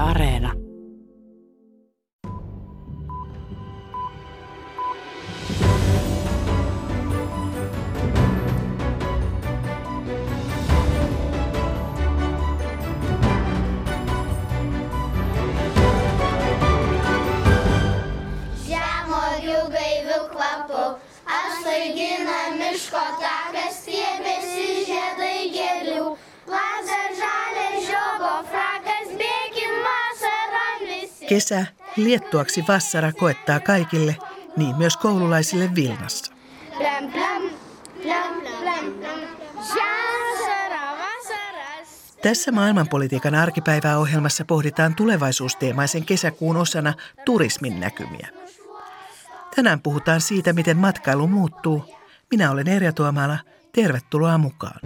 Areena. Kesä, liettuaksi vassara koettaa kaikille, niin myös koululaisille Vilnassa. Tässä maailmanpolitiikan arkipäiväohjelmassa pohditaan tulevaisuusteemaisen kesäkuun osana turismin näkymiä. Tänään puhutaan siitä, miten matkailu muuttuu. Minä olen Erja Tuomala. Tervetuloa mukaan.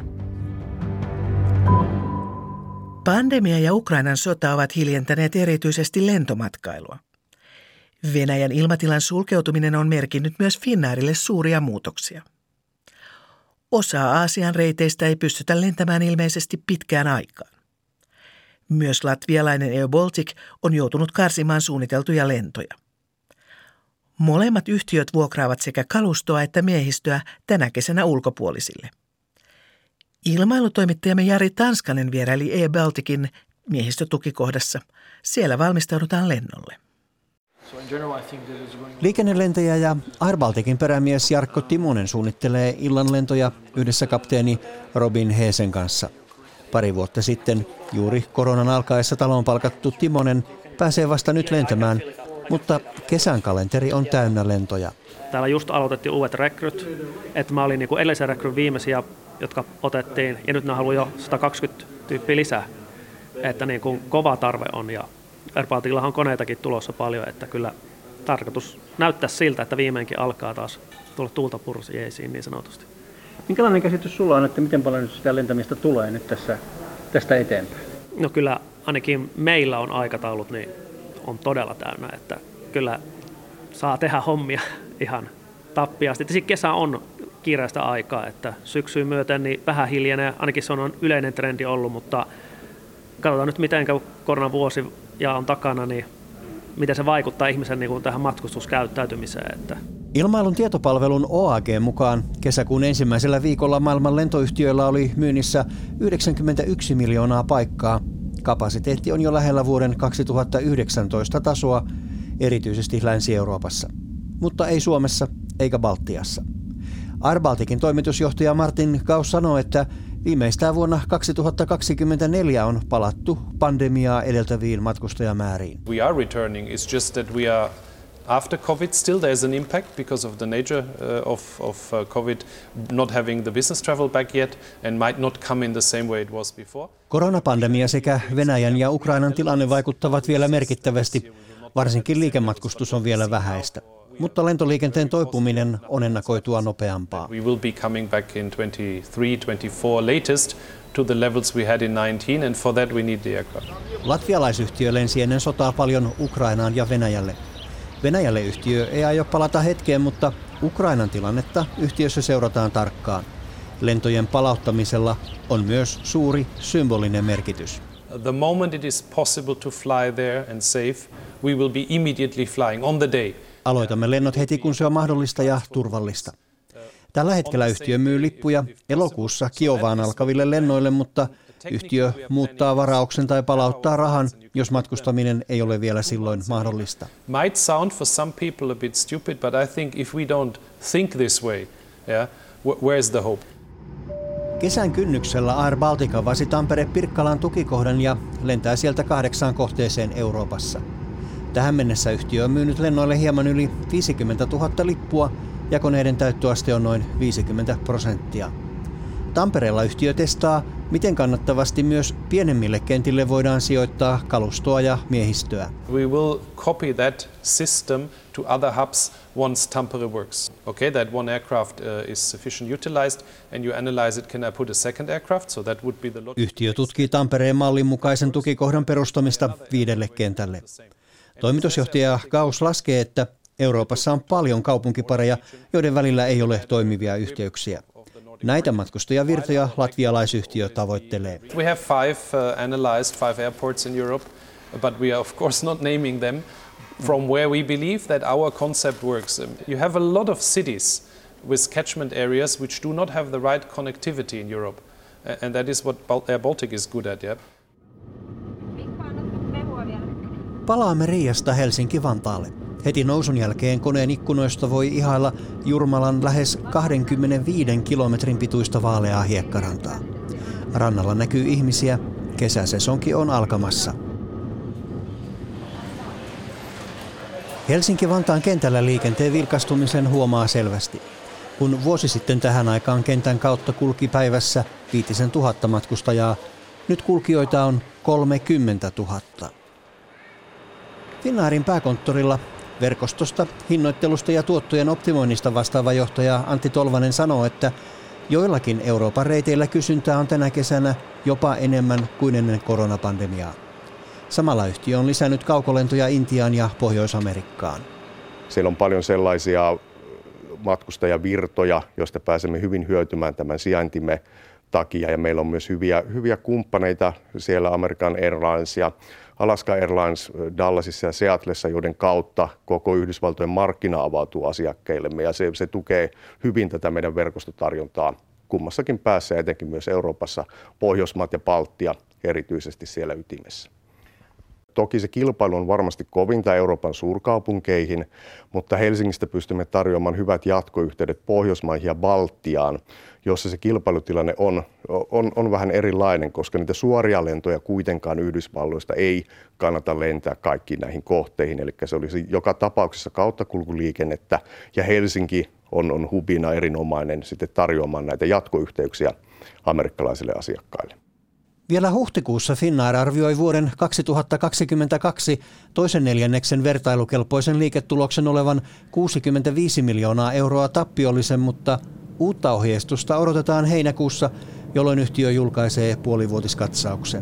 Pandemia ja Ukrainan sota ovat hiljentäneet erityisesti lentomatkailua. Venäjän ilmatilan sulkeutuminen on merkinnyt myös Finnairille suuria muutoksia. Osaa Aasian reiteistä ei pystytä lentämään ilmeisesti pitkään aikaan. Myös latvialainen Air Baltic on joutunut karsimaan suunniteltuja lentoja. Molemmat yhtiöt vuokraavat sekä kalustoa että miehistöä tänä kesänä ulkopuolisille. Ilmailutoimittajamme Jari Tanskanen vieraili Air Balticin miehistötukikohdassa. Siellä valmistaudutaan lennolle. Liikennelentäjä ja Air Balticin perämies Jarkko Timonen suunnittelee illanlentoja yhdessä kapteeni Robin Heesen kanssa. Pari vuotta sitten juuri koronan alkaessa taloon palkattu Timonen pääsee vasta nyt lentämään, mutta kesän kalenteri on täynnä lentoja. Täällä just aloitettiin uudet rekryt, että mä olin edellisen rekryn viimeisiä, jotka otettiin, ja nyt ne haluaa jo 120 tyyppiä lisää. Että kova tarve on, ja Air Balticallahan on koneitakin tulossa paljon, että kyllä tarkoitus näyttää siltä, että viimeinkin alkaa taas tulla tuulta purjeisiin niin sanotusti. Minkälainen käsitys sulla on, että miten paljon nyt sitä lentämistä tulee nyt tästä eteenpäin? No kyllä ainakin meillä on aikataulut, niin on todella täynnä, että kyllä saa tehdä hommia ihan tappiasti. Tietysti kesä on kiireistä aikaa, että syksyyn myöten niin vähän hiljenee, ainakin se on yleinen trendi ollut, mutta katsotaan nyt miten koronavuosi ja on takana, niin miten se vaikuttaa ihmisen tähän matkustuskäyttäytymiseen. Että. Ilmailun tietopalvelun OAG mukaan kesäkuun ensimmäisellä viikolla maailman lentoyhtiöillä oli myynnissä 91 miljoonaa paikkaa. Kapasiteetti on jo lähellä vuoden 2019 tasoa, erityisesti Länsi-Euroopassa, mutta ei Suomessa eikä Baltiassa. Air Balticin toimitusjohtaja Martin Gauss sanoo, että viimeistään vuonna 2024 on palattu pandemiaa edeltäviin matkustajamääriin. We are returning. It's just that we are after COVID still there's an impact because of the nature of COVID not having the business travel back yet and might not come in the same way it was before. Koronapandemia sekä Venäjän ja Ukrainan tilanne vaikuttavat vielä merkittävästi. Varsinkin liikematkustus on vielä vähäistä. Mutta lentoliikenteen toipuminen on ennakoitua nopeampaa. We will be coming back in 23-24 latest to the levels we had in 19 and for that we need the aircraft. Latvialaisyhtiö lensi ennen sotaa paljon Ukrainaan ja Venäjälle. Venäjälle yhtiö ei aio palata hetkeen, mutta Ukrainan tilannetta yhtiössä seurataan tarkkaan. Lentojen palauttamisella on myös suuri symbolinen merkitys. The moment it is possible to fly there and safe, we will be immediately flying on the day. Aloitamme lennot heti, kun se on mahdollista ja turvallista. Tällä hetkellä yhtiö myy lippuja elokuussa Kiovaan alkaville lennoille, mutta yhtiö muuttaa varauksen tai palauttaa rahan, jos matkustaminen ei ole vielä silloin mahdollista. Might sound for some people a bit stupid, but I think if we don't think this way, where's the hope? Kesän kynnyksellä Air Baltic avasi Tampere-Pirkkalan tukikohdan ja lentää sieltä 8 kohteeseen Euroopassa. Tähän mennessä yhtiö on myynyt lennoille hieman yli 50 000 lippua ja koneiden täyttöaste on noin 50%. Tampereella yhtiö testaa, miten kannattavasti myös pienemmille kentille voidaan sijoittaa kalustoa ja miehistöä. We will copy that system to other hubs once Tampere works. Okay, that one aircraft is sufficient utilized and you analyze it, can I put a second aircraft? So that would be the Yhtiö tutkii Tampereen mallin mukaisen tukikohdan perustamista 5 kentälle. Toimitusjohtaja Gauss laskee, että Euroopassa on paljon kaupunkipareja, joiden välillä ei ole toimivia yhteyksiä. Näitä matkustajavirtoja latvialaisyhtiö tavoittelee. We have analyzed 5 airports in Europe but we are of course not naming them from where we believe that our concept works. You have a lot of cities with catchment areas which do not have the right connectivity in Europe, and that is what Air Baltic is good at. Yeah? Palaamme Riiasta Helsinki-Vantaalle. Heti nousun jälkeen koneen ikkunoista voi ihailla Jurmalan lähes 25 kilometrin pituista vaaleaa hiekkarantaa. Rannalla näkyy ihmisiä, kesäsesonki on alkamassa. Helsinki-Vantaan kentällä liikenteen vilkastumisen huomaa selvästi. Kun vuosi sitten tähän aikaan kentän kautta kulki päivässä 5 000 matkustajaa, nyt kulkijoita on 30 000. Finnairin pääkonttorilla verkostosta, hinnoittelusta ja tuottojen optimoinnista vastaava johtaja Antti Tolvanen sanoo, että joillakin Euroopan reiteillä kysyntää on tänä kesänä jopa enemmän kuin ennen koronapandemiaa. Samalla yhtiö on lisännyt kaukolentoja Intiaan ja Pohjois-Amerikkaan. Siellä on paljon sellaisia matkustajavirtoja, joista pääsemme hyvin hyötymään tämän sijaintimme takia. Ja meillä on myös hyviä kumppaneita siellä, American Airlines ja Alaska Airlines Dallasissa ja Seattlessa, joiden kautta koko Yhdysvaltojen markkina avautuu asiakkeillemme. Ja se tukee hyvin tätä meidän verkostotarjontaa kummassakin päässä, ja etenkin myös Euroopassa, Pohjoismaat ja Baltia erityisesti siellä ytimessä. Toki se kilpailu on varmasti kovinta Euroopan suurkaupunkeihin, mutta Helsingistä pystymme tarjoamaan hyvät jatkoyhteydet Pohjoismaihin ja Baltiaan, jossa se kilpailutilanne on vähän erilainen, koska niitä suoria lentoja kuitenkaan Yhdysvalloista ei kannata lentää kaikkiin näihin kohteihin. Eli se olisi joka tapauksessa kauttakulkuliikennettä, ja Helsinki on hubina erinomainen sitten tarjoamaan näitä jatkoyhteyksiä amerikkalaisille asiakkaille. Vielä huhtikuussa Finnair arvioi vuoden 2022 toisen neljänneksen vertailukelpoisen liiketuloksen olevan 65 miljoonaa euroa tappiollisen, mutta uutta ohjeistusta odotetaan heinäkuussa, jolloin yhtiö julkaisee puolivuotiskatsauksen.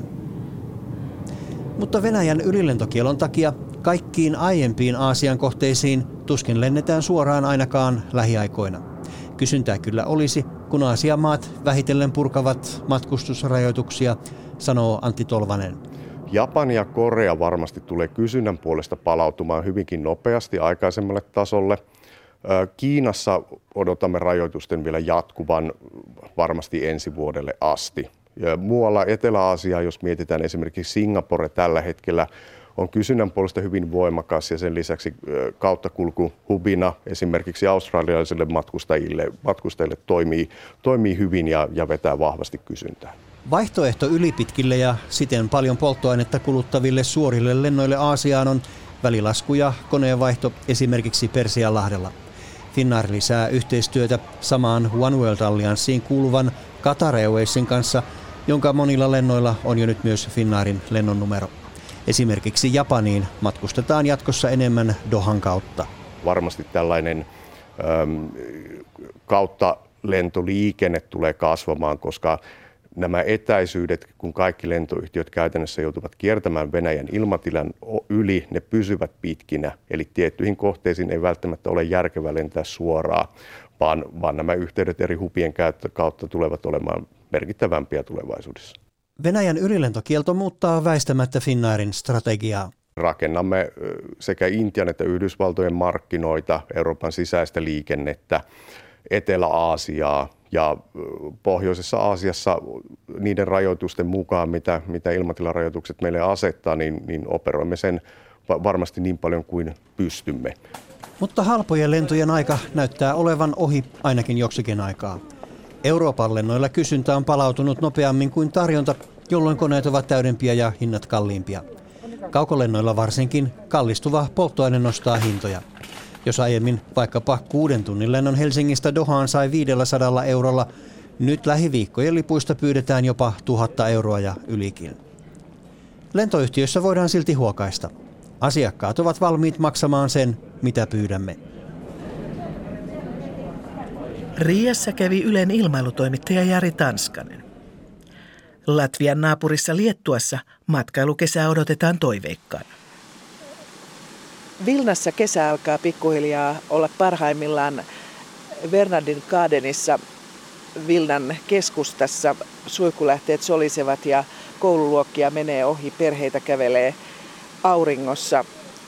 Mutta Venäjän ylilentokielon takia kaikkiin aiempiin Aasian kohteisiin tuskin lennetään suoraan ainakaan lähiaikoina. Kysyntää kyllä olisi, kun Aasian maat vähitellen purkavat matkustusrajoituksia, sanoo Antti Tolvanen. Japani ja Korea varmasti tulee kysynnän puolesta palautumaan hyvinkin nopeasti aikaisemmalle tasolle. Kiinassa odotamme rajoitusten vielä jatkuvan varmasti ensi vuodelle asti. Ja muualla Etelä-Aasiaa, jos mietitään esimerkiksi Singapore tällä hetkellä, on kysynnän puolesta hyvin voimakas, ja sen lisäksi kauttakulkuhubina esimerkiksi australialaisille matkustajille toimii hyvin ja vetää vahvasti kysyntää. Vaihtoehto ylipitkille ja siten paljon polttoainetta kuluttaville suorille lennoille Aasiaan on välilasku ja koneenvaihto esimerkiksi Persianlahdella. Finnair lisää yhteistyötä samaan One World-allianssiin kuuluvan Qatar Airwaysin kanssa, jonka monilla lennoilla on jo nyt myös Finnairin lennonnumero. Esimerkiksi Japaniin matkustetaan jatkossa enemmän Dohan kautta. Varmasti tällainen kautta lentoliikenne tulee kasvamaan, koska nämä etäisyydet, kun kaikki lentoyhtiöt käytännössä joutuvat kiertämään Venäjän ilmatilan yli, ne pysyvät pitkinä. Eli tiettyihin kohteisiin ei välttämättä ole järkevää lentää suoraan, vaan nämä yhteydet eri hubien kautta tulevat olemaan merkittävämpiä tulevaisuudessa. Venäjän ylilentokielto muuttaa väistämättä Finnairin strategiaa. Rakennamme sekä Intian että Yhdysvaltojen markkinoita, Euroopan sisäistä liikennettä, Etelä-Aasiaa ja Pohjoisessa Aasiassa niiden rajoitusten mukaan, mitä ilmatilarajoitukset meille asettaa, niin operoimme sen varmasti niin paljon kuin pystymme. Mutta halpojen lentojen aika näyttää olevan ohi ainakin joksikin aikaa. Euroopan lennoilla kysyntä on palautunut nopeammin kuin tarjonta, jolloin koneet ovat täydempiä ja hinnat kalliimpia. Kaukolennoilla varsinkin kallistuva polttoaine nostaa hintoja. Jos aiemmin vaikkapa 6 tunnin lennon Helsingistä Dohaan sai 500 eurolla, nyt lähiviikkojen lipuista pyydetään jopa 1 000 euroa ja ylikin. Lentoyhtiöissä voidaan silti huokaista. Asiakkaat ovat valmiit maksamaan sen, mitä pyydämme. Riiassa kävi Ylen ilmailutoimittaja Jari Tanskanen. Latvian naapurissa Liettuassa matkailukesää odotetaan toiveikkaana. Vilnassa kesä alkaa pikkuhiljaa olla parhaimmillaan Bernardin Gardenissa Vilnan keskustassa. Suihkulähteet solisevat ja koululuokkia menee ohi, perheitä kävelee auringossa.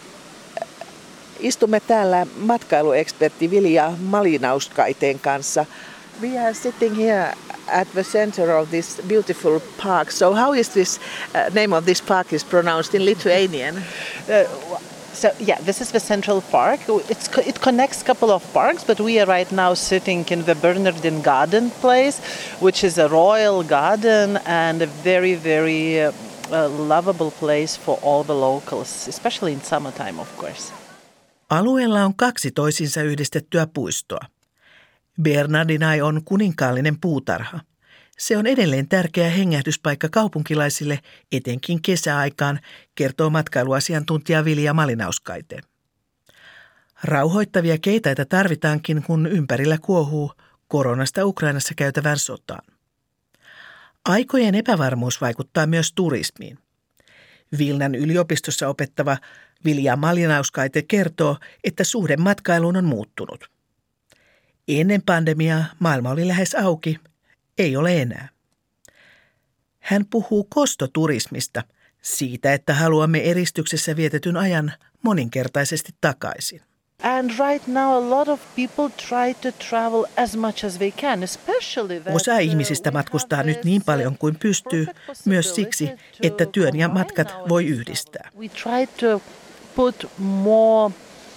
Istumme täällä matkailuekspertti Vilja Malinauskaiteen kanssa. We are sitting here at the center of this beautiful park. So how is this name of this park is pronounced in Lithuanian? This is the Central Park. It connects a couple of parks, but we are right now sitting in the Bernardin Garden place, which is a royal garden and a very, very lovable place for all the locals, especially in summertime, of course. Alueella on 2 toisiinsa yhdistettyä puistoa. Bernardinai on kuninkaallinen puutarha. Se on edelleen tärkeä hengähdyspaikka kaupunkilaisille, etenkin kesäaikaan, kertoo matkailuasiantuntija Vilja Malinauskaite. Rauhoittavia keitaita tarvitaankin, kun ympärillä kuohuu koronasta Ukrainassa käytävään sotaan. Aikojen epävarmuus vaikuttaa myös turismiin. Vilnan yliopistossa opettava Vilja Malinauskaite kertoo, että suhde matkailuun on muuttunut. Ennen pandemiaa maailma oli lähes auki, ei ole enää. Hän puhuu kostoturismista, siitä, että haluamme eristyksessä vietetyn ajan moninkertaisesti takaisin. And right now a lot of people try to travel as much as they can, especially that Osa ihmisistä matkustaa nyt niin paljon kuin pystyy, myös siksi, että työn ja matkat voi yhdistää. We try to put more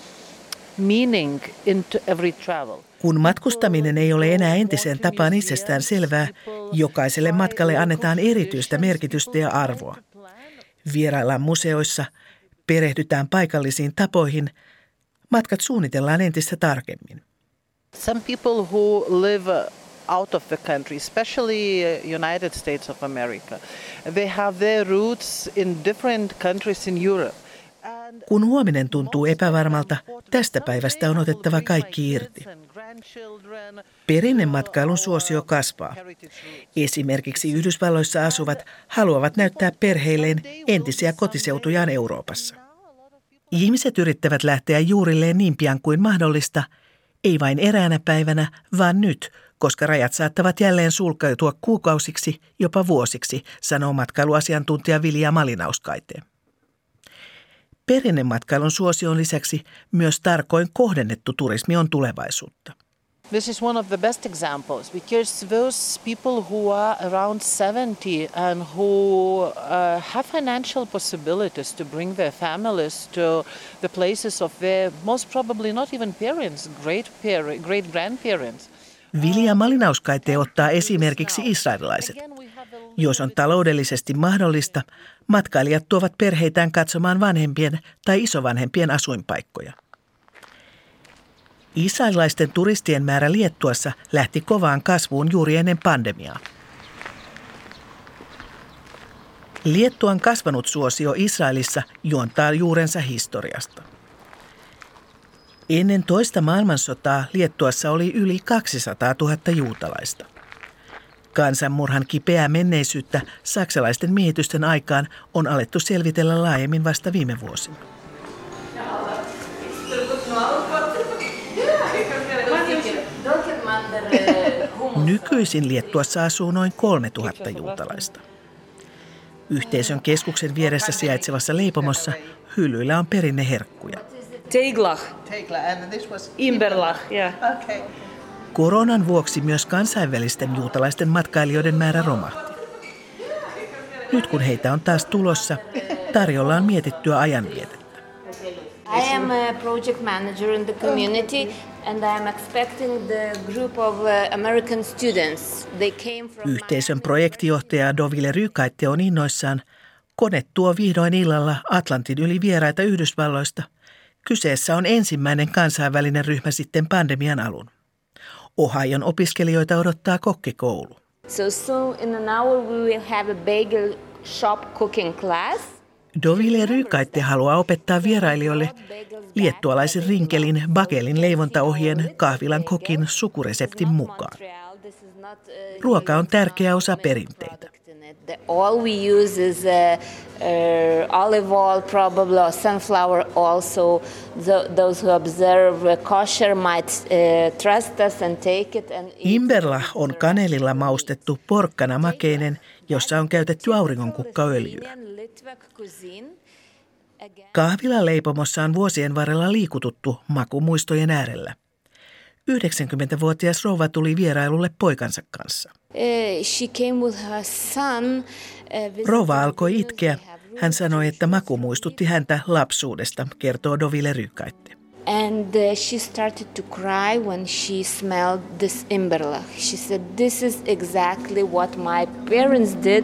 meaning into every travel. Kun matkustaminen ei ole enää entiseen tapaan itsestään selvää, jokaiselle matkalle annetaan erityistä merkitystä ja arvoa. Vieraillaan museoissa, perehdytään paikallisiin tapoihin, matkat suunnitellaan entistä tarkemmin. Some people who live out of the country, especially United States of America, they have their roots in different countries in Europe. Kun huominen tuntuu epävarmalta, tästä päivästä on otettava kaikki irti. Perinnematkailun suosio kasvaa. Esimerkiksi Yhdysvalloissa asuvat haluavat näyttää perheilleen entisiä kotiseutujaan Euroopassa. Ihmiset yrittävät lähteä juurilleen niin pian kuin mahdollista, ei vain eräänä päivänä, vaan nyt, koska rajat saattavat jälleen sulkeutua kuukausiksi, jopa vuosiksi, sanoo matkailuasiantuntija Vilja Malinauskaite. Perinnematkailun suosion lisäksi myös tarkoin kohdennettu turismi on tulevaisuutta. This is one of the best examples because those people who are around 70 and who have financial possibilities to bring their families to the places of their most probably not even parents, great grandparents. Vilja Malinauskaite ottaa esimerkiksi israelilaiset. Jos on taloudellisesti mahdollista, matkailijat tuovat perheitään katsomaan vanhempien tai isovanhempien asuinpaikkoja. Israelilaisten turistien määrä Liettuassa lähti kovaan kasvuun juuri ennen pandemiaa. Liettuan kasvanut suosio Israelissa juontaa juurensa historiasta. Ennen toista maailmansotaa Liettuassa oli yli 200 000 juutalaista. Kansanmurhan kipeää menneisyyttä saksalaisten miehitysten aikaan on alettu selvitellä laajemmin vasta viime vuosina. Nykyisin Liettuassa asuu noin 3000 juutalaista. Yhteisön keskuksen vieressä sijaitsevassa leipomossa hyllyillä on perinneherkkuja. Teiglach. Imberlach, yeah. Okay. Koronan vuoksi myös kansainvälisten juutalaisten matkailijoiden määrä romahti. Nyt kun heitä on taas tulossa, tarjolla on mietittyä ajanvietettä. I am a project manager in the community and I am expecting the group of American students. They came from Yhteisön projektijohtaja Dovile Rykaitte on innoissaan. Kone tuo vihdoin illalla Atlantin yli vieraita Yhdysvalloista. Kyseessä on ensimmäinen kansainvälinen ryhmä sitten pandemian alun. Ohion opiskelijoita odottaa kokkikoulu. So soon in an hour we will have a bagel shop cooking class. Dovile Rykaitte haluaa opettaa vierailijoille liettualaisen rinkelin bagelin leivontaohjeen kahvilan kokin sukureseptin mukaan. Ruoka on tärkeä osa perinteitä. All we use is olive oil probably or sunflower also. Those who observe kosher might trust us and take it. Imberlach on kanelilla maustettu porkkana makeinen, jossa on käytetty auringonkukkaöljyä. Kahvilaleipomossa on vuosien varrella liikututtu makumuistojen äärellä. 90-vuotias rouva tuli vierailulle poikansa kanssa. Rouva alkoi itkeä. Hän sanoi, että maku muistutti häntä lapsuudesta, kertoo Dovile Rykaitte. And she started to cry when she smelled this imberlach. She said, "This is exactly what my parents did."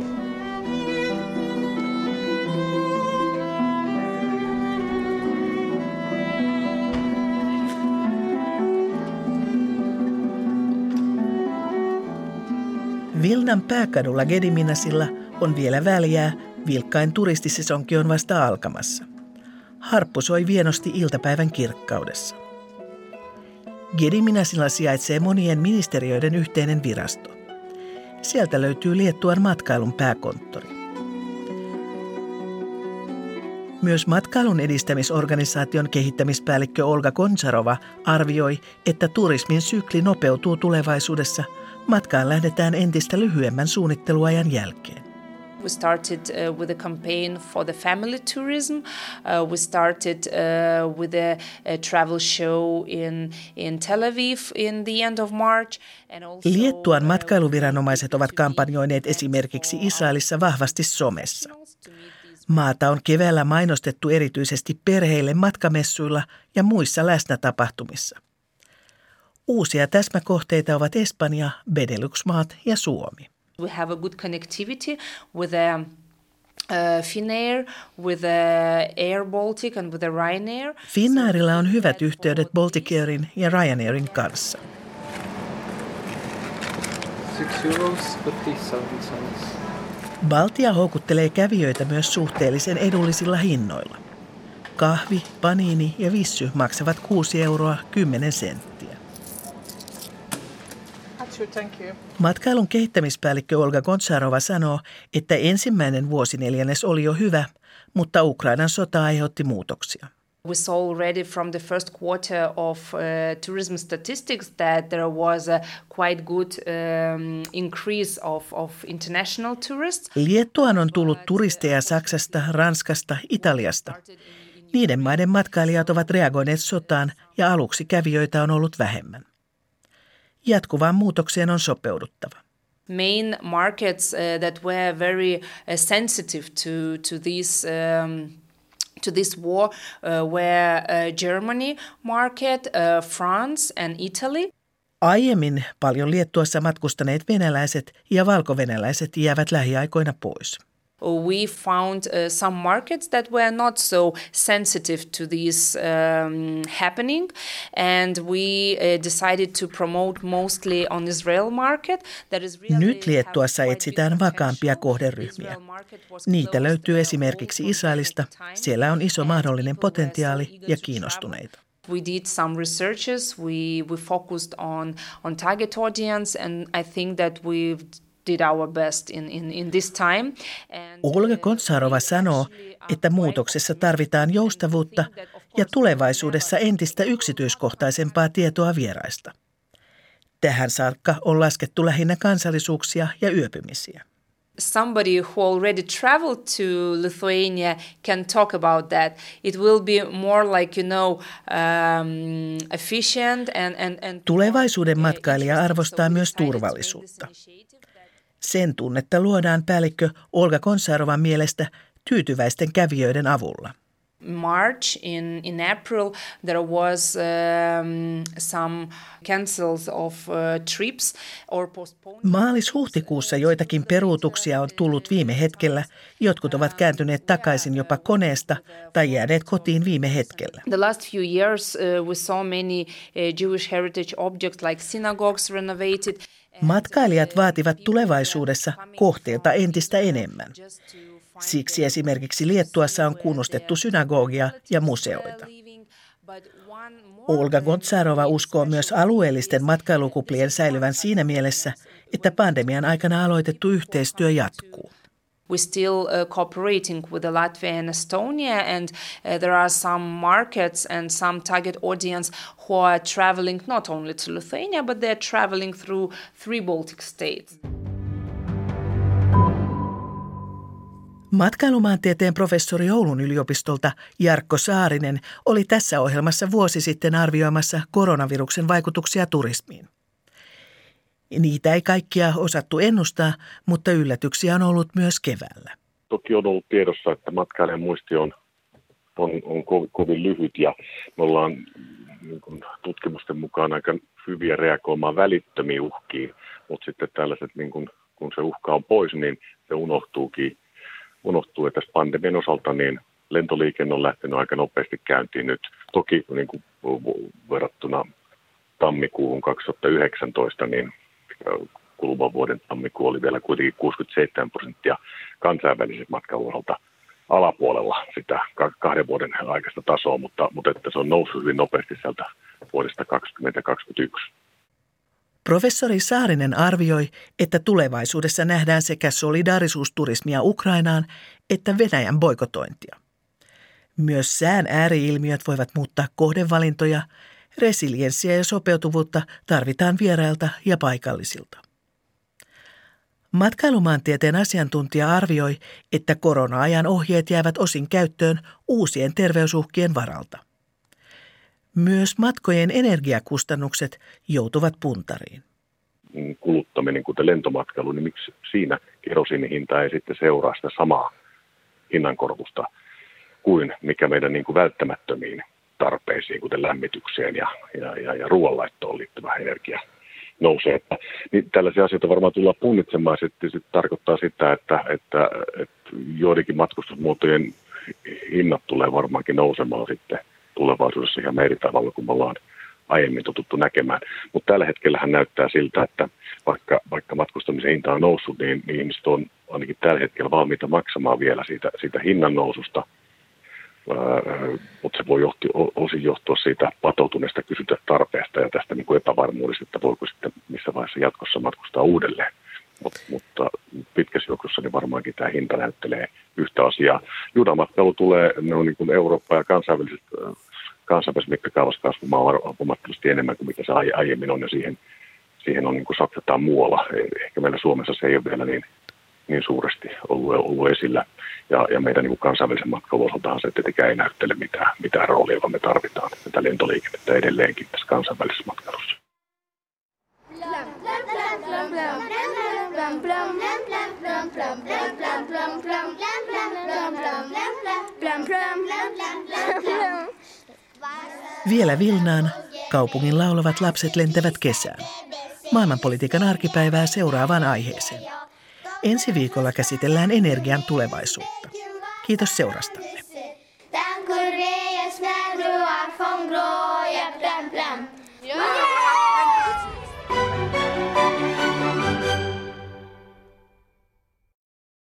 Vilnan pääkadulla Gediminasilla on vielä väljää, vilkkain turistisesonki on vasta alkamassa. Harppu soi vienosti iltapäivän kirkkaudessa. Gediminasilla sijaitsee monien ministeriöiden yhteinen virasto. Sieltä löytyy Liettuan matkailun pääkonttori. Myös matkailun edistämisorganisaation kehittämispäällikkö Olga Gontsarova arvioi, että turismin sykli nopeutuu tulevaisuudessa. Matkaan lähdetään entistä lyhyemmän suunnitteluajan jälkeen. We started with a campaign for the family tourism. We started with a travel show in Tel Aviv in the end of March. Liettuan matkailuviranomaiset ovat kampanjoineet esimerkiksi Israelissa vahvasti somessa. Maata on keväällä mainostettu erityisesti perheille matkamessuilla ja muissa läsnätapahtumissa. Uusia täsmäkohteita ovat Espanja, Benelux-maat ja Suomi. We have a good connectivity with Finnair, with Air Baltic and with Ryanair. Finnairilla on hyvät yhteydet Baltic Airin ja Ryanairin kanssa. Baltia houkuttelee kävijöitä myös suhteellisen edullisilla hinnoilla. Kahvi, paniini ja vissy maksavat 6 euroa 10 senttiä. Matkailun kehittämispäällikkö Olga Gontsarova sanoo, että ensimmäinen vuosineljännes oli jo hyvä, mutta Ukrainan sota aiheutti muutoksia. We saw already from the first quarter of tourism statistics that there was a quite good increase of international tourists. Liettuaan on tullut turisteja Saksasta, Ranskasta, Italiasta. Niiden maiden matkailijat ovat reagoineet sotaan ja aluksi kävijöitä on ollut vähemmän. Jatkuvaan muutokseen on sopeuduttava. Main markets that were very sensitive to this war were Germany market, France and Italy. Aiemmin paljon Liettuassa matkustaneet venäläiset ja valkovenäläiset jäävät lähiaikoina pois. We found some markets that were not so sensitive to this happening, and we decided to promote mostly on Israel market. That is really Nyt Liettuassa etsitään vakaampia kohderyhmiä. Niitä löytyy esimerkiksi Israelista. Siellä on iso mahdollinen potentiaali ja kiinnostuneita. We did some researches. We focused on target audience, and I think that we've did our best in this time. Olga Gontsarova sanoo, että muutoksessa tarvitaan joustavuutta ja tulevaisuudessa entistä yksityiskohtaisempaa tietoa vieraista. Tähän saakka on laskettu lähinnä kansallisuuksia ja yöpymisiä. Somebody who already traveled to Lithuania can talk about that. It will be more like, efficient and Tulevaisuuden matkailija arvostaa myös turvallisuutta. Sen tunnetta luodaan päällikkö Olga Gontsarovan mielestä tyytyväisten kävijöiden avulla. March in April there was some cancels of trips or postponements. Maalis-huhtikuussa joitakin peruutuksia on tullut viime hetkellä. Jotkut ovat kääntyneet takaisin jopa koneesta tai jääneet kotiin viime hetkellä. The last few years we saw many Jewish heritage objects like synagogues renovated. Matkailijat vaativat tulevaisuudessa kohteilta entistä enemmän. Siksi esimerkiksi Liettuassa on kunnostettu synagogia ja museoita. Olga Gontsarova uskoo myös alueellisten matkailukuplien säilyvän siinä mielessä, että pandemian aikana aloitettu yhteistyö jatkuu. We're still cooperating with Latvia and Estonia, and there are some markets and some target audience who are traveling not only to Lithuania, but they're traveling through 3 Baltic states. Matkailumaantieteen professori Oulun yliopistolta Jarkko Saarinen oli tässä ohjelmassa vuosi sitten arvioimassa koronaviruksen vaikutuksia turismiin. Niitä ei kaikkia osattu ennustaa, mutta yllätyksiä on ollut myös keväällä. Toki on ollut tiedossa, että matkailijan muisti on kovin lyhyt ja me ollaan niin kuin tutkimusten mukaan aika hyviä reagoimaan välittömiin uhkiin, mutta sitten tällaiset, niin kun se uhka on pois, niin se unohtuu, että tässä pandemian osalta niin lentoliikenne on lähtenyt aika nopeasti käyntiin nyt. Toki niin kuin verrattuna tammikuuhun 2019, niin kuluvan vuoden tammikuu oli vielä kuitenkin 67% kansainvälisen matkan osalta alapuolella sitä 2 vuoden aikaista tasoa, mutta että se on noussut hyvin nopeasti sieltä vuodesta 2021. Professori Saarinen arvioi, että tulevaisuudessa nähdään sekä solidaarisuusturismia Ukrainaan että Venäjän boikotointia. Myös sään ääriilmiöt voivat muuttaa kohdevalintoja, resilienssiä ja sopeutuvuutta tarvitaan vierailta ja paikallisilta. Matkailumaantieteen asiantuntija arvioi, että korona-ajan ohjeet jäävät osin käyttöön uusien terveysuhkien varalta. Myös matkojen energiakustannukset joutuvat puntariin. Kuluttaminen, kuten lentomatkailu, niin miksi siinä kerosiinin hinta ei sitten seuraa sitä samaa hinnankorotusta kuin mikä meidän niin kuin välttämättömiin tarpeisiin, kuten lämmitykseen ja ruoanlaittoon liittyvä energia nousee. Niin tällaisia asioita varmaan tullaan punnitsemaan. Se tarkoittaa sitä, että joidenkin matkustusmuotojen hinnat tulee varmaankin nousemaan sitten tulevaisuudessa ihan eri tavalla kuin me ollaan aiemmin totuttu näkemään. Mutta tällä hetkellähän näyttää siltä, että vaikka matkustamisen hinta on noussut, niin ihmiset on ainakin tällä hetkellä valmiita maksamaan vielä siitä hinnan noususta. Mutta se voi osin johtua siitä patoutuneesta kysyntätarpeesta ja tästä niin kuin epävarmuudesta, että voiko sitten missä vaiheessa jatkossa matkustaa uudelleen. Mutta pitkässä juoksussa niin varmaankin tämä hinta näyttelee yhtä asiaa. Junamatkailu tulee, ne on niin kuin Eurooppa ja kansainvälisessä mittakaavassa kasvamaan huomattavasti enemmän kuin mitä se aiemmin on, ja siihen on niin kuin satsataan muualla. Ehkä meillä Suomessa se ei ole vielä niin suuresti ollut esillä. Ja meidän niin kuin kansainvälisen matkailun osaltahan se tietenkään ei näyttele mitään roolia, vaan me tarvitaan tätä lentoliikennettä edelleenkin tässä kansainvälisessä matkailussa. Vielä Vilnaan kaupungin laulavat lapset lentävät kesään. Maailmanpolitiikan arkipäivää seuraavaan aiheeseen. Ensi viikolla käsitellään energian tulevaisuutta. Kiitos seurastanne. Ja.